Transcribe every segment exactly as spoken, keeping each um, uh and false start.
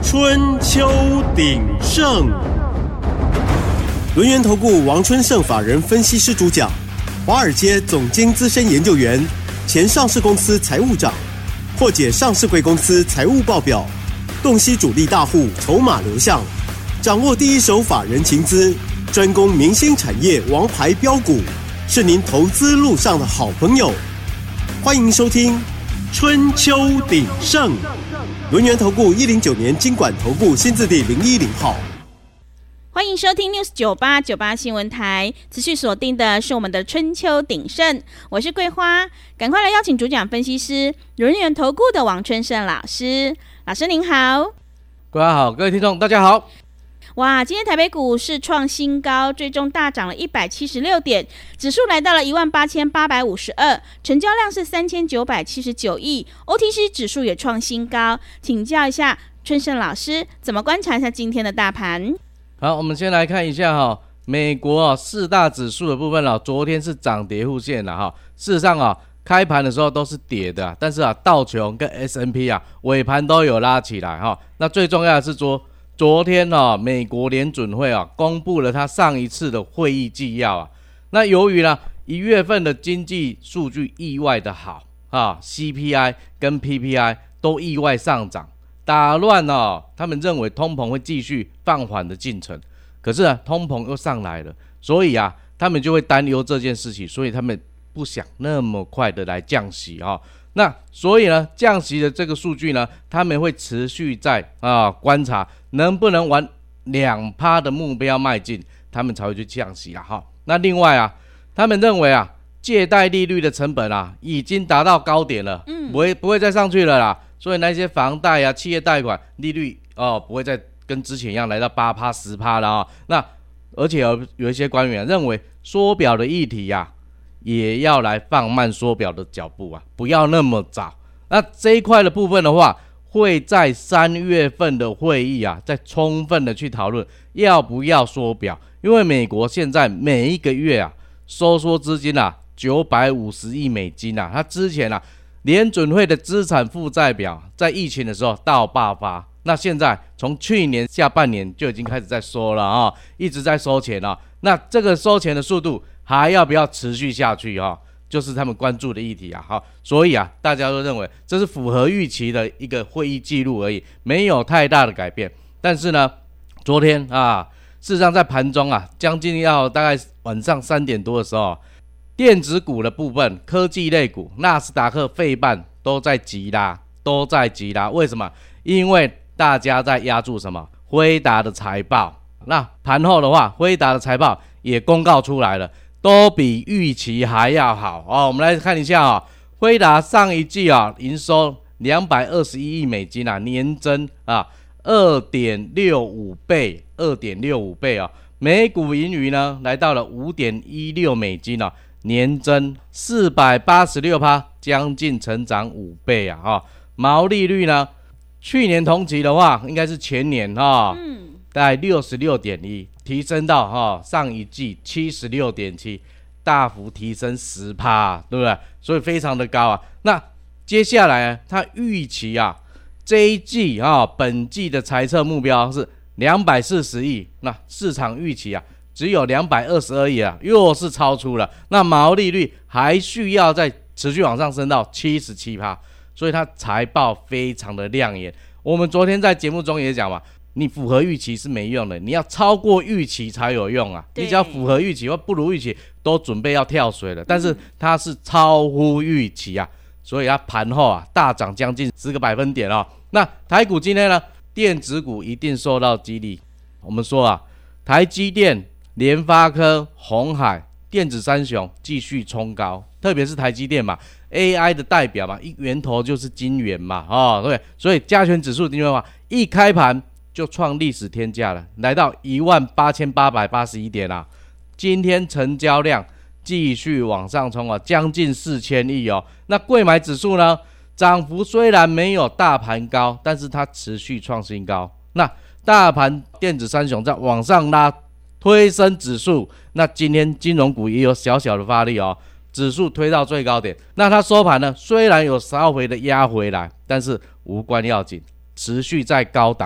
春秋鼎盛。轮源投顾王春盛法人分析师主讲，华尔街总经资深研究员，前上市公司财务长，破解上市贵公司财务报表，洞悉主力大户筹码流向，掌握第一手法人情资，专攻明星产业王牌标股，是您投资路上的好朋友。欢迎收听春秋鼎盛。轮源投顾一零九年金管投顾新字第零一零号。 欢迎收听 News 九八九八新闻台，持续锁定的是我们的春秋鼎盛，我是桂花，赶快来邀请主讲分析师轮源投顾的王春盛老师。老师您好。 桂花好，各位听众大家好。 哇，今天台北股市创新高，最终大涨了一百七十六点，指数来到了一万八千八百五十二，成交量是三千九百七十九亿 ，O T C 指数也创新高。请教一下春盛老师，怎么观察一下今天的大盘？ 好，我们先来看一下哈，美国啊四大指数的部分啊，昨天是涨跌互现的哈。事实上啊，开盘的时候都是跌的，但是啊，道琼跟 S and P 啊尾盘都有拉起来哈。那最重要的是说，昨天啊，美国联准会啊公布了他上一次的会议纪要啊。那由于呢一月份的经济数据意外的好啊 ，C P I 跟 P P I 都意外上涨，打乱哦，他们认为通膨会继续放缓的进程。可是啊，通膨又上来了，所以啊，他们就会担忧这件事情，所以他们不想那么快的来降息啊、哦。那所以呢，降息的这个数据呢，他们会持续在啊观察能不能往 百分之二 的目标迈进，他们才会去降息啊哈。那另外啊，他们认为啊，借贷利率的成本啊已经达到高点了，嗯，不会不会再上去了啦。所以那些房贷啊、企业贷款利率哦，不会再跟之前一样来到 百分之八、百分之十 了啊、哦。那而且 有, 有一些官员、啊、认为缩表的议题啊，也要来放慢缩表的脚步啊，不要那么早。那这一块的部分的话，会在三月份的会议啊，再充分的去讨论要不要缩表，因为美国现在每一个月啊，收缩资金啊九百五十亿美金啊，它之前啊，联准会的资产负债表在疫情的时候到爆发，那现在从去年下半年就已经开始在收了啊、哦，一直在收钱啊、哦，那这个收钱的速度还要不要持续下去啊、哦？就是他们关注的议题啊，好，所以啊，大家都认为这是符合预期的一个会议记录而已，没有太大的改变。但是呢，昨天啊，事实上在盘中啊，将近要大概晚上三点多的时候，电子股的部分、科技类股、纳斯达克、费半都在急拉，都在急拉。为什么？因为大家在压住什么？辉达的财报。那盘后的话，辉达的财报也公告出来了。都比预期还要好哦。我们来看一下啊、哦，辉达上一季啊营收两百二十一亿美金啊，年增啊 二点六五 倍 ,二点六五 倍啊、哦，每股盈余呢来到了 五点一六美金啊，年增 百分之四百八十六， 将近成长五倍啊哈、哦。毛利率呢，去年同期的话应该是前年哈、哦，嗯，大概 六十六点一。提升到、哦、上一季 七十六点七， 大幅提升 百分之十， 对不对？所以非常的高啊。那接下来他预期啊，这一季啊、哦，本季的财测目标是两百四十亿，那市场预期啊只有两百二十二亿啊，又是超出了。那毛利率还需要再持续往上升到 百分之七十七， 所以它财报非常的亮眼。我们昨天在节目中也讲嘛，你符合预期是没用的，你要超过预期才有用啊！你只要符合预期或不如预期，都准备要跳水了。但是它是超乎预期啊，所以它盘后啊大涨将近十个百分点哦。那台股今天呢，电子股一定受到激励。我们说啊，台积电、联发科、鸿海电子三雄继续冲高，特别是台积电嘛 ，A I 的代表嘛，一源头就是晶圆嘛，哦，对，所以加权指数的话，一开盘就创历史天价了，来到一万八千八百八十一点啊！今天成交量继续往上冲啊，将近四千亿哦。那柜买指数呢，涨幅虽然没有大盘高，但是它持续创新高。那大盘电子三雄在往上拉，推升指数。那今天金融股也有小小的发力哦，指数推到最高点。那它收盘呢，虽然有稍微的压回来，但是无关要紧，持续在高档。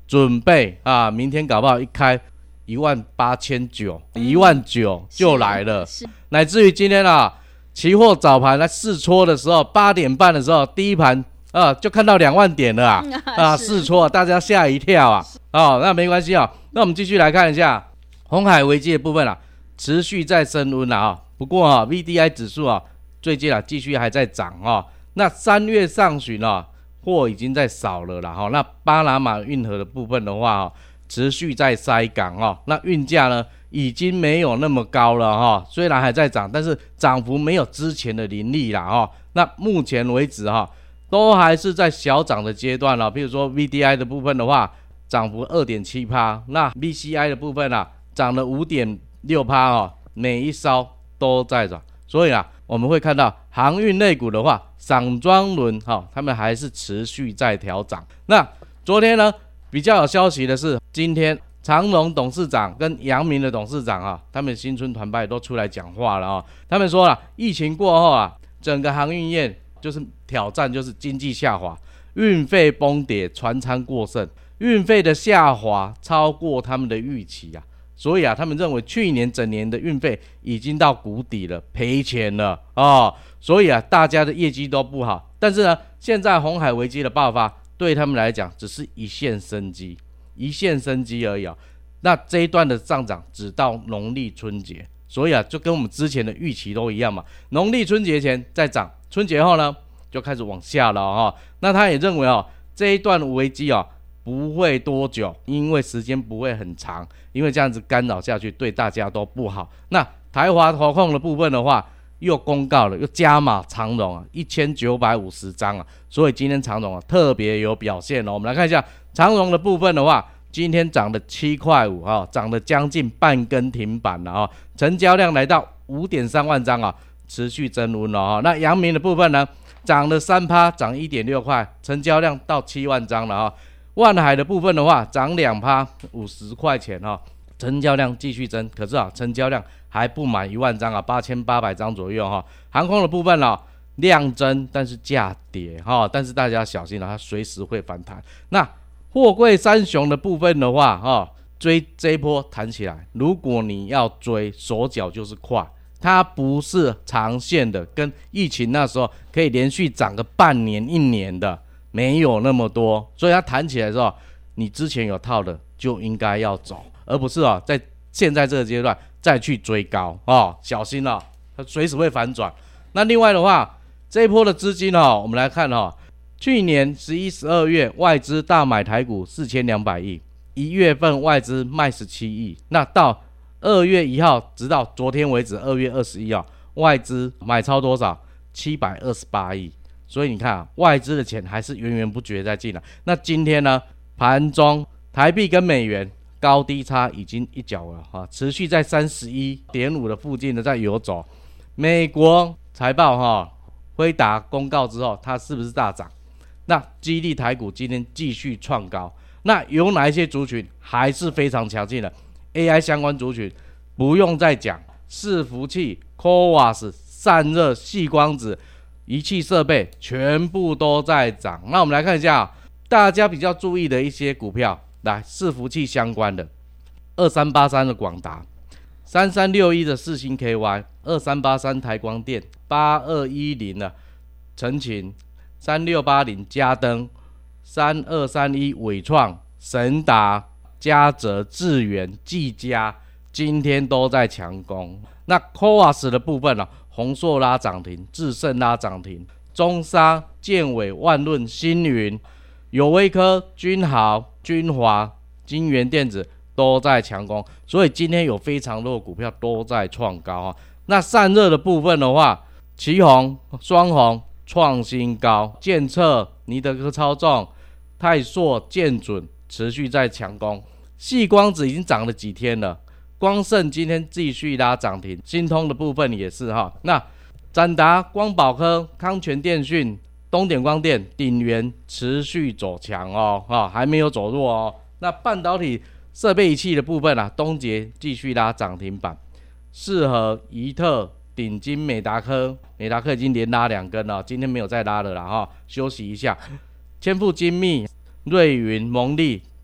准备啊，明天搞不好一开一万八千九，一万九就来了，乃至于今天啊，期货早盘来试戳的时候，八点半的时候，第一盘啊就看到两万点了啊，啊试戳，大家吓一跳啊，哦，那没关系啊，那我们继续来看一下鸿海危机的部分啊，持续在升温啊，不过啊 V D I 指数啊最近啊继续还在涨啊，那三月上旬啊货已经在少了啦，那巴拿马运河的部分的话持续在塞港哦，那运价呢已经没有那么高了哈，虽然还在涨，但是涨幅没有之前的凌厉啦哈。那目前为止哈，都还是在小涨的阶段了。比如说 V D I 的部分的话，涨幅 二点七趴， 那 V C I 的部分啊，涨了 五点六趴哦，每一艘都在涨。所以啊，我们会看到航运类股的话，散装轮哈，他们还是持续在调涨。那昨天呢？比较有消息的是，今天长荣董事长跟阳明的董事长啊，他们新春团拜都出来讲话了啊。他们说了，疫情过后啊，整个航运业就是挑战，就是经济下滑，运费崩跌，船舱过剩，运费的下滑超过他们的预期啊，所以啊，他们认为去年整年的运费已经到谷底了，赔钱了哦。所以啊，大家的业绩都不好。但是呢，现在鸿海危机的爆发，对他们来讲只是一线生机，一线生机而已啊。那这一段的上涨只到农历春节，所以啊，就跟我们之前的预期都一样嘛。农历春节前再涨，春节后呢就开始往下了哈、哦。那他也认为哦，这一段危机哦不会多久，因为时间不会很长，因为这样子干扰下去对大家都不好。那台华投控的部分的话，又公告了，又加码长荣啊，一千九百五十张啊，所以今天长荣啊特别有表现哦。我们来看一下长荣的部分的话，今天涨了七块五啊，涨了将近半根停板了啊，成交量来到 五点三万张啊，持续增温了啊。那阳明的部分呢，涨了 百分之三， 涨 一点六块，成交量到七万张了啊。万海的部分的话，涨 百分之二， 五十块钱啊，成交量继续增，可是啊，成交量还不满一万张啊，八千八百张左右哈、啊。航空的部分啊，量增，但是价跌哈、啊，但是大家小心了、啊，它随时会反弹。那货柜三雄的部分的话哈、啊，追这一波弹起来，如果你要追，手脚就是快，它不是长线的，跟疫情那时候可以连续涨个半年一年的，没有那么多，所以它弹起来的时候，你之前有套的就应该要走，而不是啊，在现在这个阶段再去追高哦，小心了、哦，它随时会反转。那另外的话，这一波的资金哦，我们来看哦，去年十一、十二月外资大买台股四千两百亿，一月份外资卖十七亿，那到二月一号，直到昨天为止，二月二十一号，外资买超多少？七百二十八亿。所以你看啊，外资的钱还是源源不绝在进来。那今天呢，盘中台币跟美元高低差已经一角了哈，持续在 三十一点五 的附近的在游走。美国财报哈，辉达公告之后，它是不是大涨？那激励台股今天继续创高。那有哪一些族群还是非常强劲的 ？A I 相关族群不用再讲，伺服器、C O A S、散热、矽光子、仪器设备全部都在涨。那我们来看一下、啊、大家比较注意的一些股票，来伺服器相关的，二三八三的广达，三三六一的世芯 K Y， 二三八三台光电，八二一零的陈勤，三六八零嘉登，三二三一伟创、神达、嘉泽、智源、技嘉，今天都在强攻。那 C O A S 的部分呢、啊？宏硕拉涨停，智胜拉涨停，中砂、建伟、万润、星云、友威科、君豪、君华、金源电子都在强攻，所以今天有非常多的股票都在创高啊。那散热的部分的话，奇宏、双宏创新高，建策、尼德科超重、泰硕、建准持续在强攻，矽光子已经涨了几天了。光盛今天继续拉涨停，新通的部分也是哈。那展达、光宝科、康泉电讯、东点光电、鼎元持续走强哦，哈，还没有走弱哦。那半导体设备仪器的部分啊，东杰继续拉涨停板，适合、怡特、鼎晶、美达科，美达科已经连拉两根了，今天没有再拉了啦哈，休息一下。千富精密、瑞云、蒙利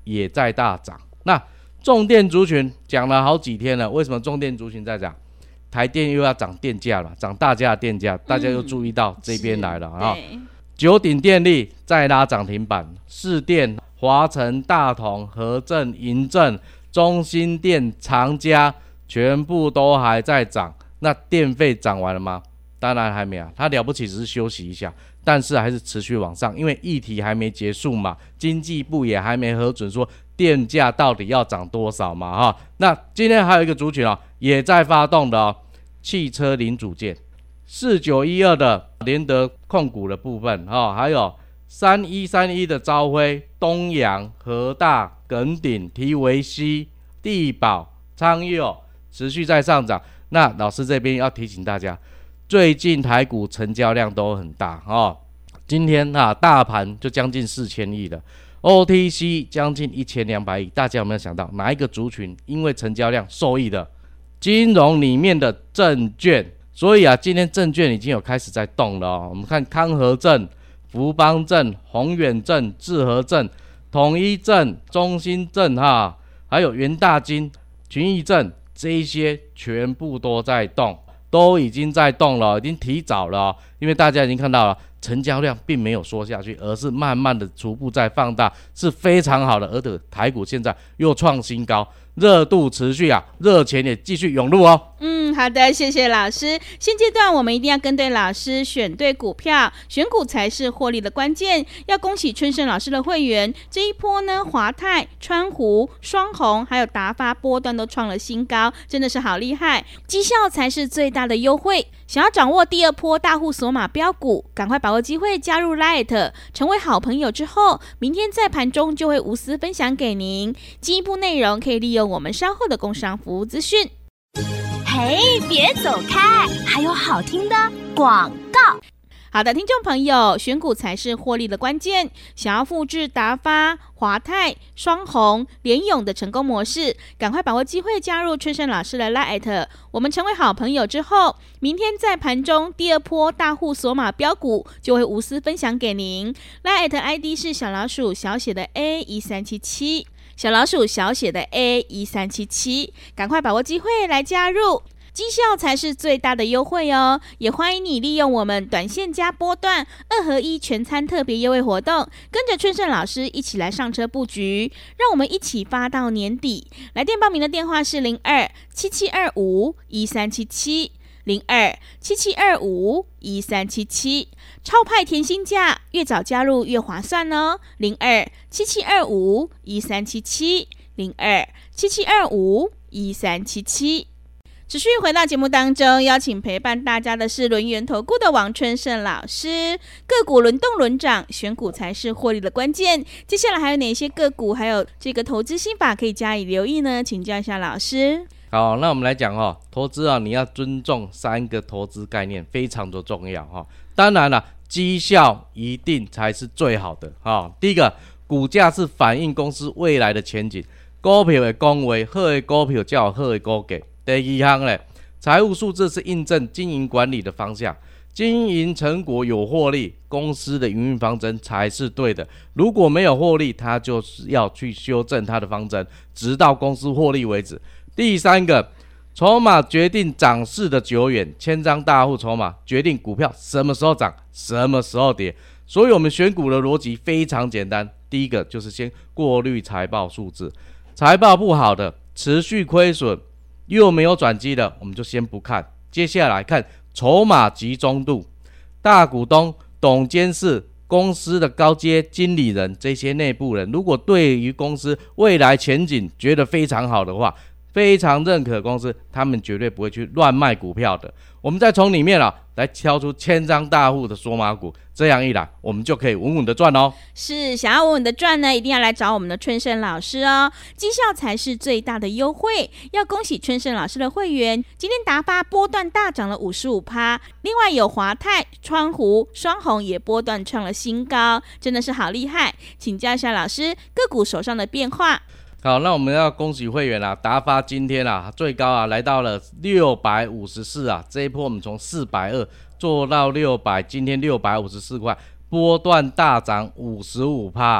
也在大涨。那重电族群讲了好几天了，为什么重电族群在涨？台电又要涨电价了，涨大家的电价，大家又注意到这边来了啊。九鼎电力再拉涨停板，士电、华城、大同、和正、银正、中兴电、长嘉全部都还在涨。那电费涨完了吗？当然还没啊，它了不起只是休息一下，但是还是持续往上，因为议题还没结束嘛，经济部也还没核准说电价到底要涨多少嘛哈。那今天还有一个族群哦，也在发动的哦，汽车零组件，四九一二的联德控股的部分哈，还有三一三一的朝晖、东阳、和大、耿鼎、提维西、地保、昌佑持续在上涨。那老师这边要提醒大家，最近台股成交量都很大哦，今天啊大盘就将近四千亿了 ，O T C 将近一千两百亿，大家有没有想到哪一个族群因为成交量受益的？金融里面的证券，所以啊今天证券已经有开始在动了哦。我们看康和证、福邦证、宏远证、智和证、统一证、中兴证哈，还有元大金、群益证，这一些全部都在动。都已经在动了，已经提早了、哦，因为大家已经看到了，成交量并没有缩下去，而是慢慢的逐步在放大，是非常好的。而且台股现在又创新高，热度持续啊，热钱也继续涌入哦。 嗯，好的，谢谢老师。现阶段我们一定要跟对老师，选对股票，选股才是获利的关键。要恭喜春盛老师的会员，这一波呢，华泰、川湖、双红还有达发波段都创了新高，真的是好厉害，绩效才是最大的优惠。想要掌握第二波大户索马标股，赶快把握机会加入 Lite， 成为好朋友之后，明天在盘中就会无私分享给您。进一步内容可以利用我们稍后的工商服务资讯。 嘿，别走开，还有好听的广告。 好的，听众朋友，选股才是获利的关键。想要复制达发、华泰、双红、联咏的成功模式，赶快把握机会加入春盛老师的 Lite。我们成为好朋友之后，明天在盘中第二波大户索马标股就会无私分享给您。Lite I D 是小老鼠小写的 A 一三七七。小老鼠小写的 A 一三七七，赶快把握机会来加入，绩效才是最大的优惠哦！也欢迎你利用我们短线加波段二合一全餐特别优惠活动，跟着春盛老师一起来上车布局，让我们一起发到年底。来电报名的电话是零二七七二五一三七七。零二七七二五一三七七，超派甜心价，越早加入越划算哦。零二七七二五一三七七，零二七七二五一三七七。持续回到节目当中，邀请陪伴大家的是轮源投顾的王春盛老师。个股轮动轮涨，选股才是获利的关键。接下来还有哪些个股，还有这个投资心法可以加以留意呢？请教一下老师。 好，那我们来讲哦，投资啊，你要尊重三个投资概念，非常的重要哈、哦。当然了，绩效一定才是最好的哈、哦。第一个，股价是反映公司未来的前景，股票的讲话，好的股票才有好的股价。第二项呢，财务数字是印证经营管理的方向，经营成果有获利，公司的营运方针才是对的。如果没有获利，它就是要去修正它的方针，直到公司获利为止。第三个，筹码决定涨势的久远，千张大户筹码决定股票什么时候涨，什么时候跌。所以我们选股的逻辑非常简单，第一个就是先过滤财报数字，财报不好的，持续亏损又没有转机的，我们就先不看。接下来看筹码集中度，大股东、董监事、公司的高阶经理人，这些内部人，如果对于公司未来前景觉得非常好的话，非常认可公司，他们绝对不会去乱卖股票的。我们再从里面啊来挑出千张大户的索马股，这样一来，我们就可以稳稳的赚哦。 是，想要稳稳的赚呢，一定要来找我们的春盛老师哦，绩效才是最大的优惠。要恭喜春盛老师的会员，今天达发波段大涨了 百分之五十五， 另外有华泰、川湖、双红也波段创了新高，真的是好厉害。请教一下老师，个股手上的变化。 好，那我们要恭喜会员啊，达发今天啊最高啊来到了六百五十四啊，这一波我们从四百二做到六百，今天六百五十四块，波段大涨 百分之五十五，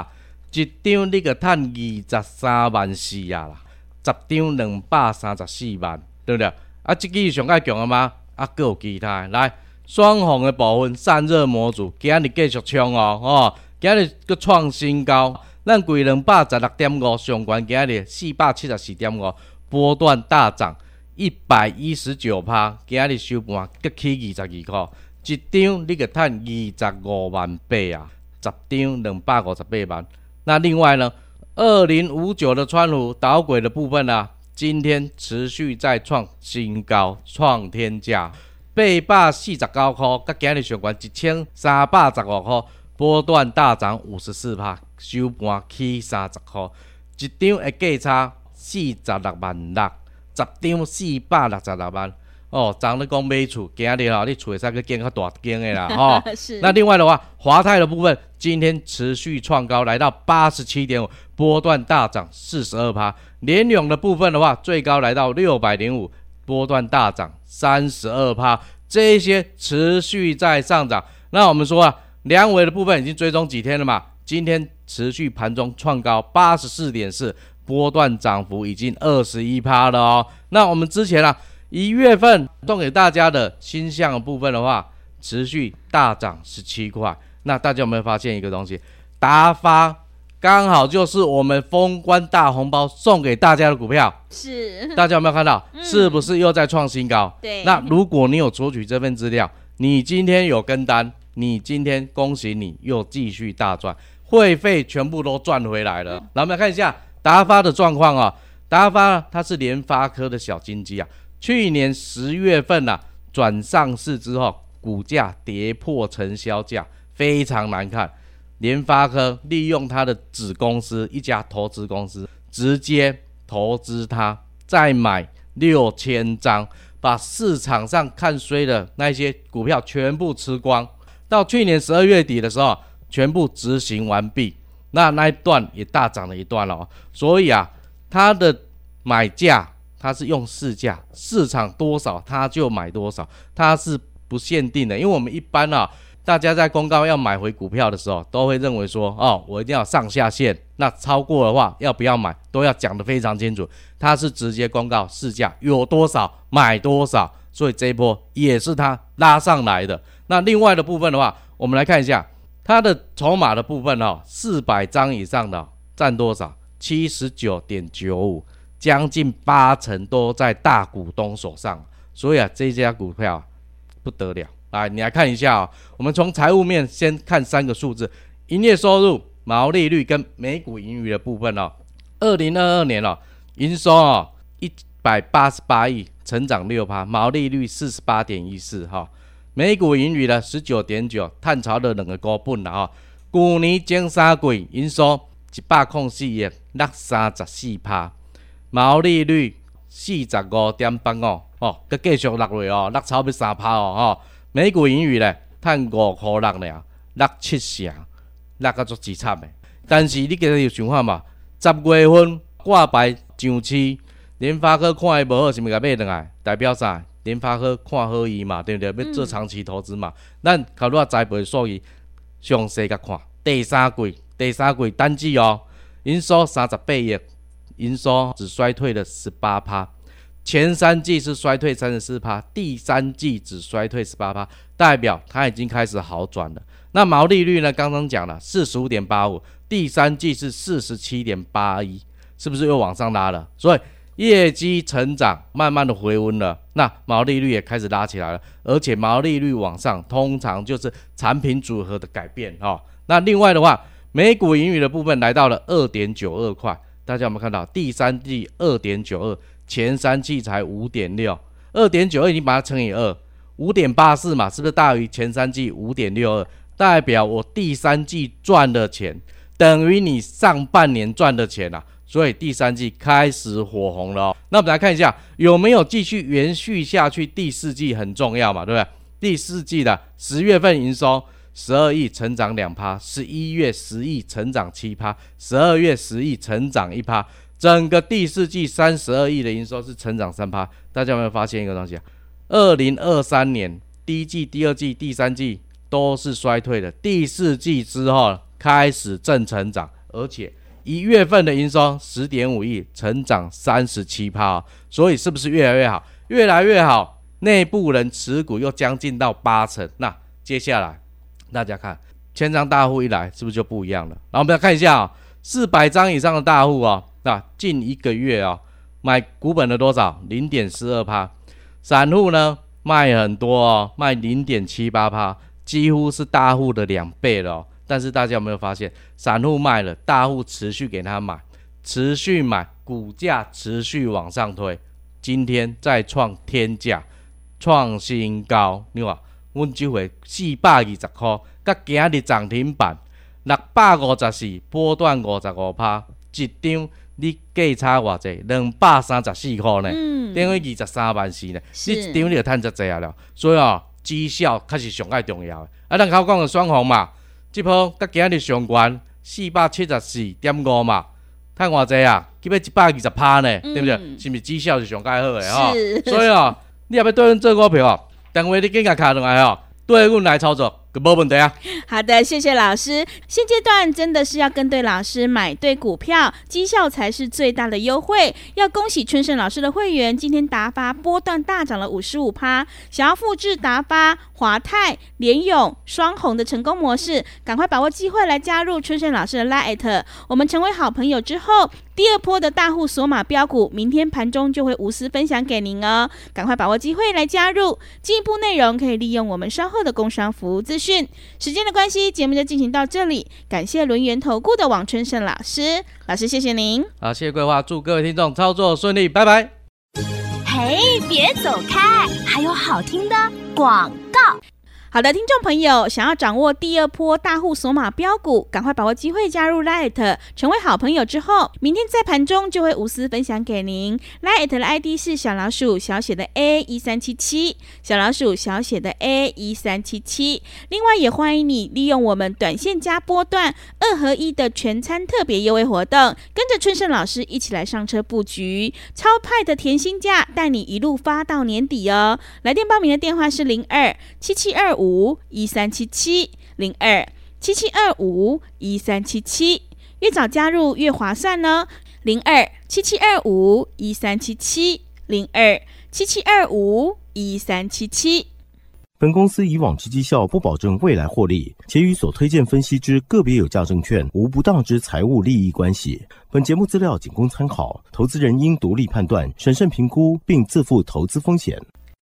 一张你个赚二十三万四啊啦，十张两百三十四万，对不对？啊，这个上爱强的吗？啊，还有其他的来双红的部分散热模组，今日继续冲哦，哦，今日搁创新高，咱贵两百十六点五，上悬今日四百七十四点五，波段大涨一百一十九趴，今日收盘搁起二十二块，一张你个赚二十五万八啊，十张两百五十八万。那另外呢，二零五九的川湖导轨的部分啊，今天持续再创新高，创天价八百四十九块，甲今日上悬一千三百十五块，波段大涨五十四趴，收盘起三十块，一张的价差四十六万六，十张四百六十六万。哦，昨日讲买厝，今日哦，你厝会使去建较大间的啦，吼、哦。 是。 那另外的话，华泰的部分今天持续创高，来到八十七点五，波段大涨四十二趴。联咏的部分的话，最高来到六百零五，波段大涨三十二趴。这些持续在上涨。那我们说啊，良微的部分已经追踪几天了嘛？今天持续盘中创高八十四点四，波段涨幅已经二十一趴了哦。那我们之前啊。一月份送给大家的新项的部分的话，持续大涨十七块。那大家有没有发现一个东西？达发刚好就是我们封关大红包送给大家的股票， 是大家有没有看到？嗯、是不是又在创新高？ 对。 那如果你有索取这份资料，你今天有跟单，你今天恭喜你又继续大赚，会费全部都赚回来了。嗯、来，我们来看一下达发的状况啊。达发它是联发科的小金鸡啊。去年十月份啊，转上市之后，股价跌破承销价，非常难看。联发科利用它的子公司一家投资公司，直接投资它，再买六千张，把市场上看衰的那些股票全部吃光。到去年十二月底的时候，全部执行完毕。那那一段也大涨了一段了、哦，所以啊，它的买价。它是用市价，市场多少它就买多少，它是不限定的。因为我们一般啊，大家在公告要买回股票的时候，都会认为说，哦，我一定要上下限，那超过的话要不要买，都要讲得非常清楚。它是直接公告市价有多少买多少，所以这一波也是它拉上来的。那另外的部分的话，我们来看一下它的筹码的部分哦，四百张以上的、哦、占多少？ 七十九点九五。将近八成都在大股东手上，所以啊，这家股票、啊、不得了。来，你来看一下啊、哦，我们从财务面先看三个数字：营业收入、毛利率跟每股盈余的部分哦。二零二二年哦，营收哦一百八十八亿，成长 百分之六， 毛利率 四十八点一四 哈，每股盈余呢 十九点九， 探超了两个股本啦哈。去年前三季营收一百零四亿，落 三十四%。毛利率 四十五点八五 哦，佮继续落落哦，落超过 三%哦，吼，每股盈余咧，赚五块六尔，落七成，落到足凄惨的。但是你其實有想法嘛？十月份掛牌上市，聯發科看伊無好，是咪甲買落來？代表啥？聯發科看好伊嘛，對不對？要做長期投資嘛。咱考慮栽培數據詳細甲看，第三季，第三季單季哦，營收三十八億。营收只衰退了 百分之十八， 前三季是衰退 百分之三十四， 第三季只衰退 百分之十八， 代表它已经开始好转了。那毛利率呢？刚刚讲了 百分之四十五点八五， 第三季是 百分之四十七点八一， 是不是又往上拉了？所以业绩成长慢慢的回温了，那毛利率也开始拉起来了，而且毛利率往上通常就是产品组合的改变、哦、那另外的话，每股盈余的部分来到了 二点九二块，大家有没有看到？第三季 二点九二， 前三季才 五点六， 二点九二 已经把它乘以二， 五点八四 嘛，是不是大于前三季 五点六二？ 代表我第三季赚的钱等于你上半年赚的钱啊，所以第三季开始火红了、哦、那我们来看一下有没有继续延续下去，第四季很重要嘛，对不对？第四季的十月份营收十二亿，成长 百分之二， 十一月十亿，成长 百分之七， 十二月十亿，成长 百分之一， 整个第四季三十二亿的营收是成长 百分之三。 大家有没有发现一个东西啊？二零二三年第一季、第二季、第三季都是衰退的，第四季之后开始正成长， 而且一月份的营收 十点五亿，成长 百分之三十七、哦、所以是不是越来越好？越来越好，内部人持股又将近到八成。那接下来大家看，千张大户一来，是不是就不一样了？然后我们来看一下、哦、四百张以上的大户哦，那近一个月哦，买股本的多少 ？零点四二%。散户呢卖很多哦，卖 零点七八%， 几乎是大户的两倍了哦。但是大家有没有发现，散户卖了，大户持续给他买，持续买，股价持续往上推。今天再创天价，创新高。你看，我们这回四百二十块，甲今日涨停板六百五十四，波段 百分之五十五， 一张你价差偌济？两百三十四块呢，嗯、等于二十三万四呢。你一张你就赚这济啊了。所以哦，绩效确实上介重要的。啊，咱口讲的双红嘛，这波甲今日上悬四百七十四点五嘛。赚偌济啊？去要一百二十趴呢，嗯、对不对？是不是绩效是上介好的哈？所以哦，你也要对阮做股票哦，等会你紧甲卡落来哦，对阮来操作，就没问题啊。 好的，谢谢老师。现阶段真的是要跟对老师，买对股票，绩效才是最大的优惠。要恭喜春盛老师的会员，今天达发波段大涨了 百分之五十五， 想要复制达发、华泰、联咏、双红的成功模式，赶快把握机会来加入春盛老师的 Line， 我们成为好朋友之后，第二波的大户索马标股，明天盘中就会无私分享给您哦，赶快把握机会来加入。进一步内容可以利用我们稍后的工商服务资讯。时间的关系，节目就进行到这里，感谢轮源投顾的王春盛老师，老师谢谢您。 好，谢谢桂花，祝各位听众操作顺利，拜拜。 嘿，别走开，还有好听的广告。 好的，听众朋友，想要掌握第二波大户索马标股，赶快把握机会加入 Lite， 成为好朋友之后，明天在盘中就会无私分享给您。Lite 的 I D 是小老鼠小写的 A 一三七七， 小老鼠小写的 A 一三七七。另外也欢迎你利用我们短线加波段二合一的全餐特别优惠活动，跟着春盛老师一起来上车布局超派的甜心价，带你一路发到年底哦。来电报名的电话是零二七七二五一三七七 零二七七二五一三七七，越早加入越划算呢。零二七七二五一三七七 零二七七二五一三七七。 本公司以往之绩效不保证未来获利，且与所推荐分析之个别有价证券无不当之财务利益关系。本节目资料仅供参考，投资人应独立判断、审慎评估，并自负投资风险。